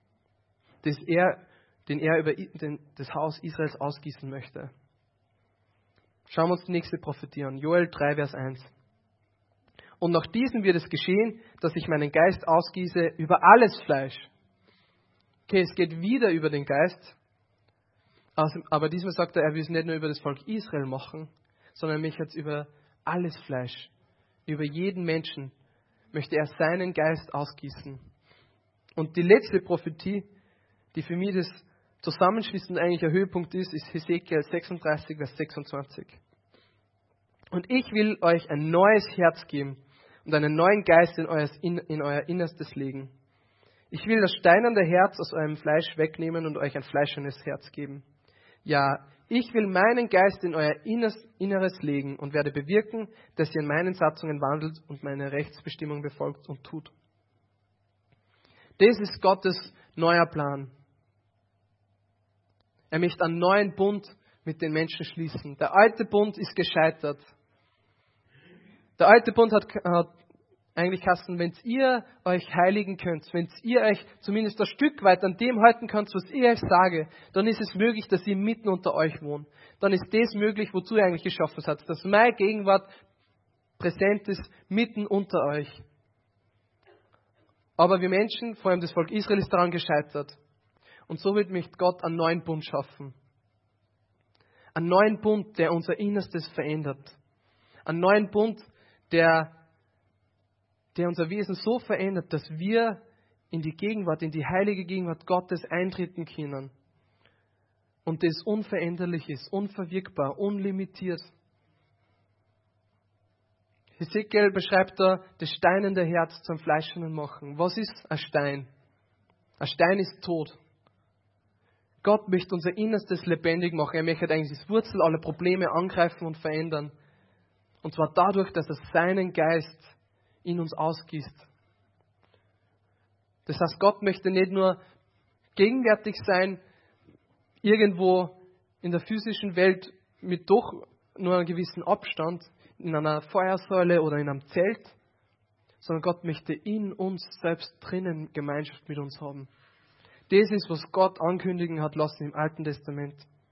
den er über das Haus Israels ausgießen möchte. Schauen wir uns die nächste Prophetie an. Joel 3, Vers 1. Und nach diesem wird es geschehen, dass ich meinen Geist ausgieße über alles Fleisch. Okay, es geht wieder über den Geist. Aber diesmal sagt er will es nicht nur über das Volk Israel machen, sondern er möchte jetzt über alles Fleisch, über jeden Menschen, möchte er seinen Geist ausgießen. Und die letzte Prophetie, die für mich das zusammenschließend eigentlich ein Höhepunkt ist Hesekiel 36, Vers 26. Und ich will euch ein neues Herz geben und einen neuen Geist in euer Innerstes legen. Ich will das steinerne Herz aus eurem Fleisch wegnehmen und euch ein fleischernes Herz geben. Ja, ich will meinen Geist in euer Inneres legen und werde bewirken, dass ihr in meinen Satzungen wandelt und meine Rechtsbestimmung befolgt und tut. Das ist Gottes neuer Plan. Er möchte einen neuen Bund mit den Menschen schließen. Der alte Bund ist gescheitert. Der alte Bund hat eigentlich geheißen, wenn ihr euch heiligen könnt, wenn ihr euch zumindest ein Stück weit an dem halten könnt, was ich euch sage, dann ist es möglich, dass ihr mitten unter euch wohnt. Dann ist das möglich, wozu ihr eigentlich geschaffen seid, dass meine Gegenwart präsent ist, mitten unter euch. Aber wir Menschen, vor allem das Volk Israel, ist daran gescheitert. Und somit möchte Gott einen neuen Bund schaffen. Einen neuen Bund, der unser Innerstes verändert. Einen neuen Bund, der unser Wesen so verändert, dass wir in die Gegenwart, in die heilige Gegenwart Gottes eintreten können. Und das unveränderlich ist, unverwirkbar, unlimitiert. Hesekiel beschreibt da das steinende Herz zum fleischernen machen. Was ist ein Stein? Ein Stein ist tot. Gott möchte unser Innerstes lebendig machen. Er möchte eigentlich das Wurzel aller Probleme angreifen und verändern. Und zwar dadurch, dass er seinen Geist in uns ausgießt. Das heißt, Gott möchte nicht nur gegenwärtig sein, irgendwo in der physischen Welt mit doch nur einem gewissen Abstand, in einer Feuersäule oder in einem Zelt, sondern Gott möchte in uns selbst drinnen Gemeinschaft mit uns haben. Das ist, was Gott ankündigen hat lassen im Alten Testament.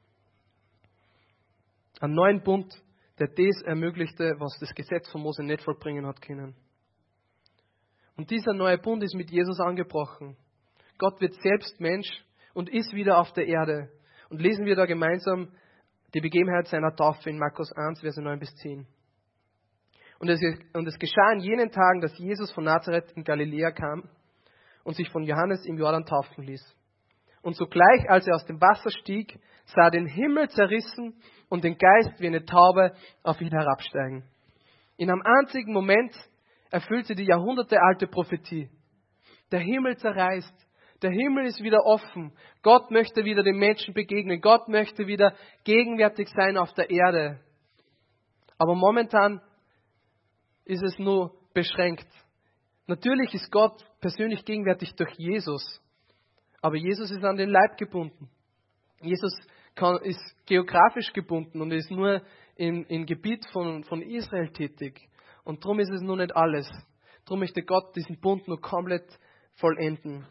Einen neuen Bund, der das ermöglichte, was das Gesetz von Mose nicht vollbringen hat können. Und dieser neue Bund ist mit Jesus angebrochen. Gott wird selbst Mensch und ist wieder auf der Erde. Und lesen wir da gemeinsam die Begebenheit seiner Taufe in Markus 1, Verse 9 bis 10. Und es geschah in jenen Tagen, dass Jesus von Nazareth in Galiläa kam und sich von Johannes im Jordan taufen ließ. Und sogleich, als er aus dem Wasser stieg, sah er den Himmel zerrissen und den Geist wie eine Taube auf ihn herabsteigen. In einem einzigen Moment erfüllte die jahrhundertealte Prophetie. Der Himmel zerreißt, der Himmel ist wieder offen. Gott möchte wieder den Menschen begegnen. Gott möchte wieder gegenwärtig sein auf der Erde. Aber momentan ist es nur beschränkt. Natürlich ist Gott persönlich gegenwärtig durch Jesus. Aber Jesus ist an den Leib gebunden. Jesus ist geografisch gebunden und ist nur im Gebiet von Israel tätig. Und darum ist es noch nicht alles. Darum möchte Gott diesen Bund noch komplett vollenden.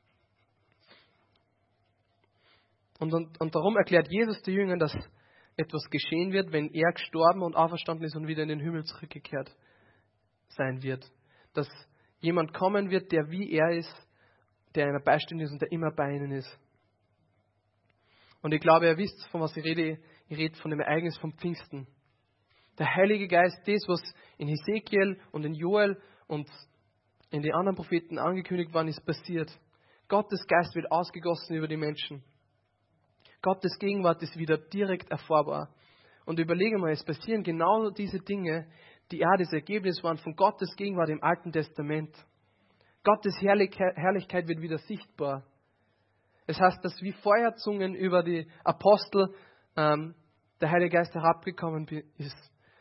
Und darum erklärt Jesus den Jüngern, dass etwas geschehen wird, wenn er gestorben und auferstanden ist und wieder in den Himmel zurückgekehrt sein wird. Dass jemand kommen wird, der wie er ist, der einer beistehen ist und der immer bei ihnen ist. Und ich glaube, ihr wisst, von was ich rede. Ich rede von dem Ereignis vom Pfingsten. Der Heilige Geist, das, was in Hesekiel und in Joel und in den anderen Propheten angekündigt worden ist, passiert. Gottes Geist wird ausgegossen über die Menschen. Gottes Gegenwart ist wieder direkt erfahrbar. Und überlege mal, es passieren genau diese Dinge, die Erde das Ergebnis waren von Gottes Gegenwart im Alten Testament. Gottes Herrlichkeit wird wieder sichtbar. Es heißt, dass wie Feuerzungen über die Apostel der Heilige Geist herabgekommen ist.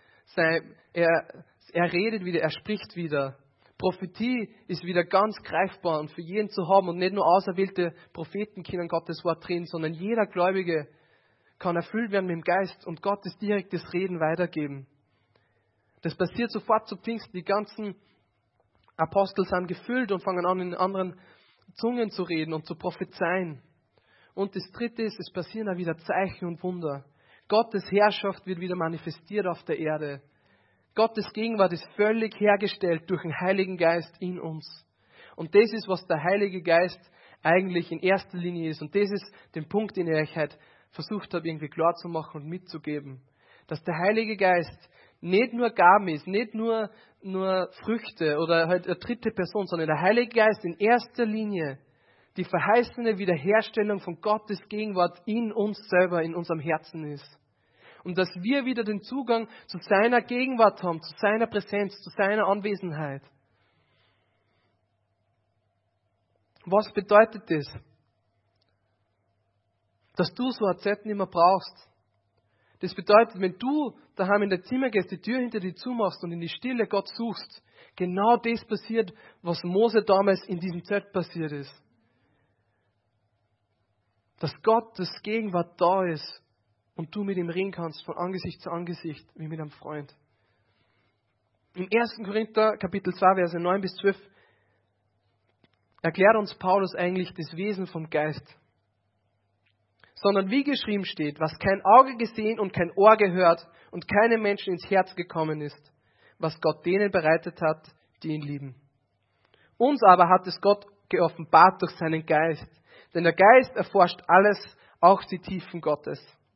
Er redet wieder, er spricht wieder. Prophetie ist wieder ganz greifbar und für jeden zu haben und nicht nur auserwählte Propheten können Gottes Wort reden, sondern jeder Gläubige kann erfüllt werden mit dem Geist und Gottes direktes Reden weitergeben. Das passiert sofort zu Pfingsten. Die ganzen Apostel sind gefüllt und fangen an, in anderen Zungen zu reden und zu prophezeien. Und das Dritte ist, es passieren auch wieder Zeichen und Wunder. Gottes Herrschaft wird wieder manifestiert auf der Erde. Gottes Gegenwart ist völlig hergestellt durch den Heiligen Geist in uns. Und das ist, was der Heilige Geist eigentlich in erster Linie ist. Und das ist der Punkt, den ich heute versucht habe, irgendwie klar zu machen und mitzugeben. Dass der Heilige Geist nicht nur Gaben ist, nicht nur Früchte oder halt eine dritte Person, sondern der Heilige Geist in erster Linie die verheißene Wiederherstellung von Gottes Gegenwart in uns selber, in unserem Herzen ist. Und dass wir wieder den Zugang zu seiner Gegenwart haben, zu seiner Präsenz, zu seiner Anwesenheit. Was bedeutet das? Dass du so ein Zettel nicht mehr brauchst. Das bedeutet, wenn du daheim in dein Zimmer gehst, die Tür hinter dir zumachst und in die Stille Gott suchst, genau das passiert, was Mose damals in diesem Zelt passiert ist. Dass Gottes Gegenwart da ist und du mit ihm reden kannst, von Angesicht zu Angesicht, wie mit einem Freund. Im 1. Korinther, Kapitel 2, Verse 9 bis 12, erklärt uns Paulus eigentlich das Wesen vom Geist. Sondern wie geschrieben steht, was kein Auge gesehen und kein Ohr gehört und keinem Menschen ins Herz gekommen ist, was Gott denen bereitet hat, die ihn lieben. Uns aber hat es Gott geoffenbart durch seinen Geist, denn der Geist erforscht alles, auch die Tiefen Gottes.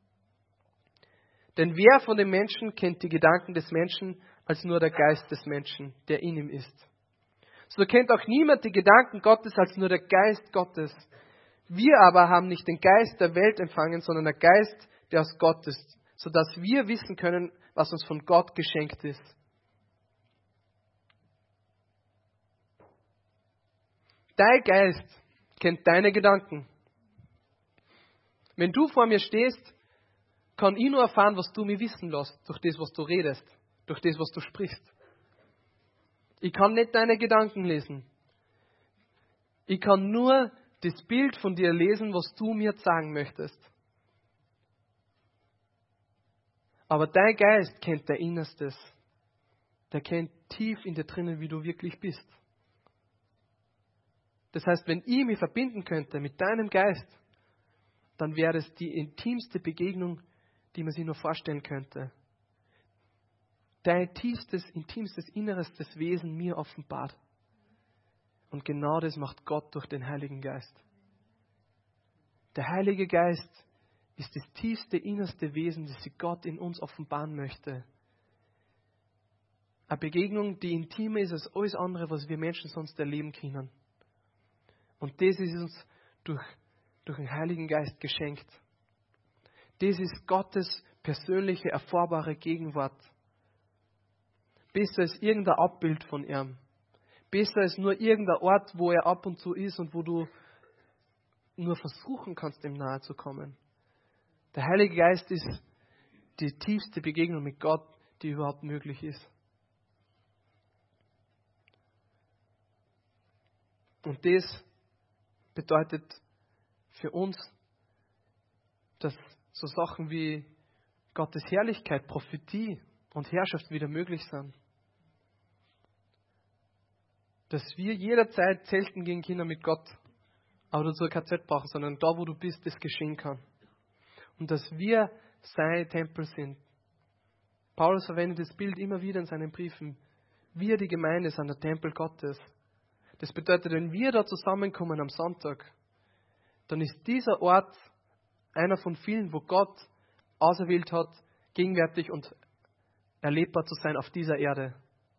Denn wer von den Menschen kennt die Gedanken des Menschen, als nur der Geist des Menschen, der in ihm ist? So kennt auch niemand die Gedanken Gottes, als nur der Geist Gottes. Wir aber haben nicht den Geist der Welt empfangen, sondern der Geist, der aus Gott ist, sodass wir wissen können, was uns von Gott geschenkt ist. Dein Geist kennt deine Gedanken. Wenn du vor mir stehst, kann ich nur erfahren, was du mir wissen lässt, durch das, was du redest, durch das, was du sprichst. Ich kann nicht deine Gedanken lesen. Ich kann nur das Bild von dir lesen, was du mir sagen möchtest. Aber dein Geist kennt dein Innerstes. Der kennt tief in dir drinnen, wie du wirklich bist. Das heißt, wenn ich mich verbinden könnte mit deinem Geist, dann wäre es die intimste Begegnung, die man sich nur vorstellen könnte. Dein tiefstes, intimstes, innerstes Wesen mir offenbart. Und genau das macht Gott durch den Heiligen Geist. Der Heilige Geist ist das tiefste, innerste Wesen, das sich Gott in uns offenbaren möchte. Eine Begegnung, die intimer ist als alles andere, was wir Menschen sonst erleben können. Und das ist uns durch den Heiligen Geist geschenkt. Das ist Gottes persönliche, erfahrbare Gegenwart. Besser als irgendein Abbild von ihm. Besser als nur irgendein Ort, wo er ab und zu ist und wo du nur versuchen kannst, ihm nahe zu kommen. Der Heilige Geist ist die tiefste Begegnung mit Gott, die überhaupt möglich ist. Und das bedeutet für uns, dass so Sachen wie Gottes Herrlichkeit, Prophetie und Herrschaft wieder möglich sind. Dass wir jederzeit zelten gehen können mit Gott, aber dazu kein Zelt brauchen, sondern da, wo du bist, das geschehen kann. Und dass wir sein Tempel sind. Paulus verwendet das Bild immer wieder in seinen Briefen. Wir, die Gemeinde, sind der Tempel Gottes. Das bedeutet, wenn wir da zusammenkommen am Sonntag, dann ist dieser Ort einer von vielen, wo Gott auserwählt hat, gegenwärtig und erlebbar zu sein auf dieser Erde.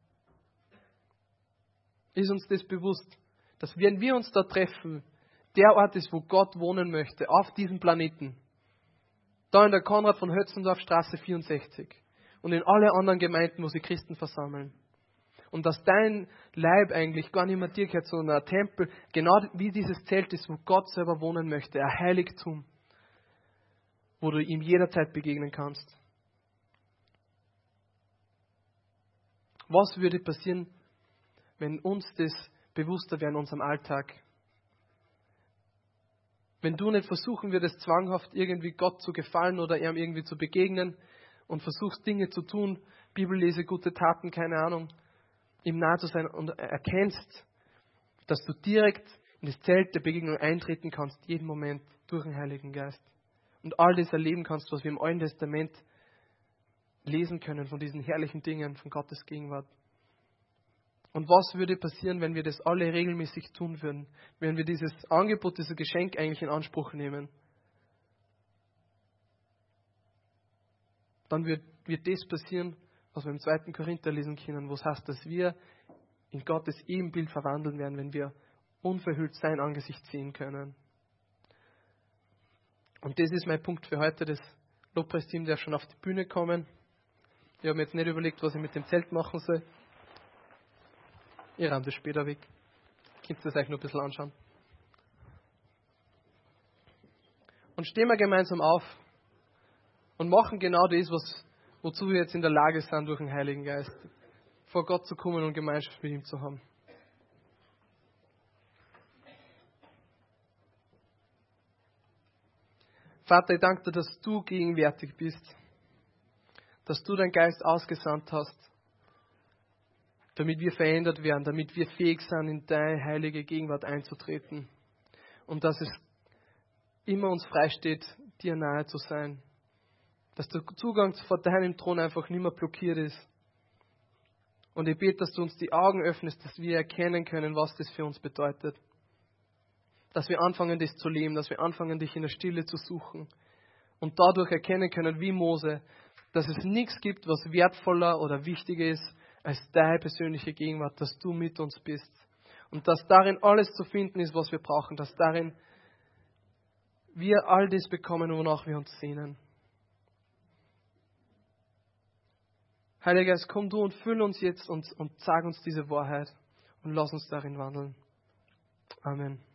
Ist uns das bewusst, dass wenn wir uns da treffen, der Ort ist, wo Gott wohnen möchte, auf diesem Planeten. Da in der Konrad von Hötzendorf Straße 64. und in alle anderen Gemeinden, wo sich Christen versammeln. Und dass dein Leib eigentlich gar nicht mehr dir gehört, sondern ein Tempel, genau wie dieses Zelt ist, wo Gott selber wohnen möchte, ein Heiligtum, wo du ihm jederzeit begegnen kannst. Was würde passieren, wenn uns das bewusster wäre in unserem Alltag? Wenn du nicht versuchen würdest, zwanghaft irgendwie Gott zu gefallen oder ihm irgendwie zu begegnen und versuchst, Dinge zu tun, Bibellese, gute Taten, keine Ahnung, ihm nahe zu sein und erkennst, dass du direkt in das Zelt der Begegnung eintreten kannst, jeden Moment durch den Heiligen Geist. Und all das erleben kannst, was wir im Alten Testament lesen können, von diesen herrlichen Dingen, von Gottes Gegenwart. Und was würde passieren, wenn wir das alle regelmäßig tun würden? Wenn wir dieses Angebot, dieses Geschenk eigentlich in Anspruch nehmen? Dann wird das passieren, was wir im 2. Korinther lesen können, wo es heißt, dass wir in Gottes Ebenbild verwandeln werden, wenn wir unverhüllt sein Angesicht sehen können. Und das ist mein Punkt für heute. Das Lobpreisteam darf schon auf die Bühne kommen. Ich habe mir jetzt nicht überlegt, was ich mit dem Zelt machen soll. Ihr räumt das später weg. Könnt ihr das euch nur ein bisschen anschauen. Und stehen wir gemeinsam auf und machen genau das, wozu wir jetzt in der Lage sind, durch den Heiligen Geist vor Gott zu kommen und Gemeinschaft mit ihm zu haben. Vater, ich danke dir, dass du gegenwärtig bist, dass du deinen Geist ausgesandt hast, damit wir verändert werden, damit wir fähig sind, in deine heilige Gegenwart einzutreten. Und dass es immer uns freisteht, dir nahe zu sein. Dass der Zugang vor deinem Thron einfach nicht mehr blockiert ist. Und ich bete, dass du uns die Augen öffnest, dass wir erkennen können, was das für uns bedeutet. Dass wir anfangen, das zu leben, dass wir anfangen, dich in der Stille zu suchen. Und dadurch erkennen können, wie Mose, dass es nichts gibt, was wertvoller oder wichtiger ist, als deine persönliche Gegenwart, dass du mit uns bist. Und dass darin alles zu finden ist, was wir brauchen. Dass darin wir all das bekommen, wonach wir uns sehnen. Heiliger Geist, komm du und füll uns jetzt und sag uns diese Wahrheit und lass uns darin wandeln. Amen.